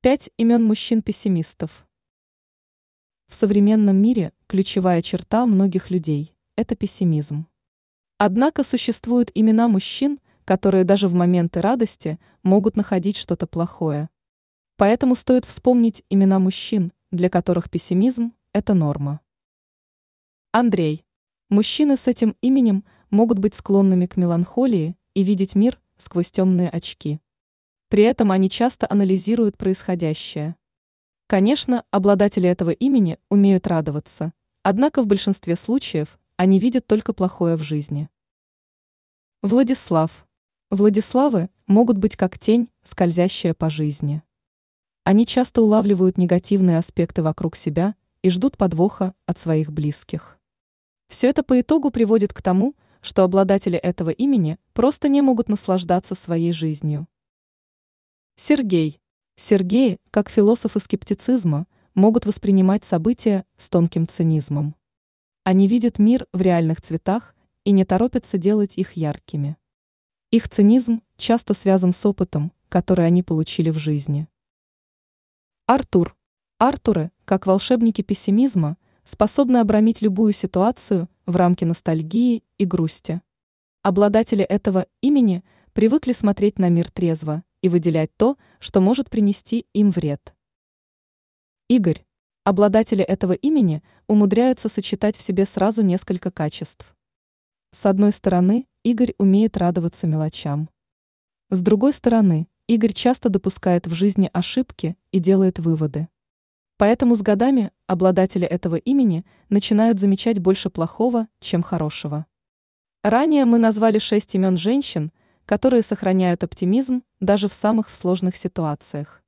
5 имен мужчин-пессимистов. В современном мире ключевая черта многих людей – это пессимизм. Однако существуют имена мужчин, которые даже в моменты радости могут находить что-то плохое. Поэтому стоит вспомнить имена мужчин, для которых пессимизм – это норма. Андрей. Мужчины с этим именем могут быть склонными к меланхолии и видеть мир сквозь темные очки. При этом они часто анализируют происходящее. Конечно, обладатели этого имени умеют радоваться, однако в большинстве случаев они видят только плохое в жизни. Владислав. Владиславы могут быть как тень, скользящая по жизни. Они часто улавливают негативные аспекты вокруг себя и ждут подвоха от своих близких. Все это по итогу приводит к тому, что обладатели этого имени просто не могут наслаждаться своей жизнью. Сергей. Сергеи, как философы скептицизма, могут воспринимать события с тонким цинизмом. Они видят мир в реальных цветах и не торопятся делать их яркими. Их цинизм часто связан с опытом, который они получили в жизни. Артур. Артуры, как волшебники пессимизма, способны обрамить любую ситуацию в рамки ностальгии и грусти. Обладатели этого имени привыкли смотреть на мир трезво и выделять то, что может принести им вред. Игорь. Обладатели этого имени умудряются сочетать в себе сразу несколько качеств. С одной стороны, Игорь умеет радоваться мелочам. С другой стороны, Игорь часто допускает в жизни ошибки и делает выводы. Поэтому с годами обладатели этого имени начинают замечать больше плохого, чем хорошего. Ранее мы назвали 6 имен женщин, которые сохраняют оптимизм даже в самых сложных ситуациях.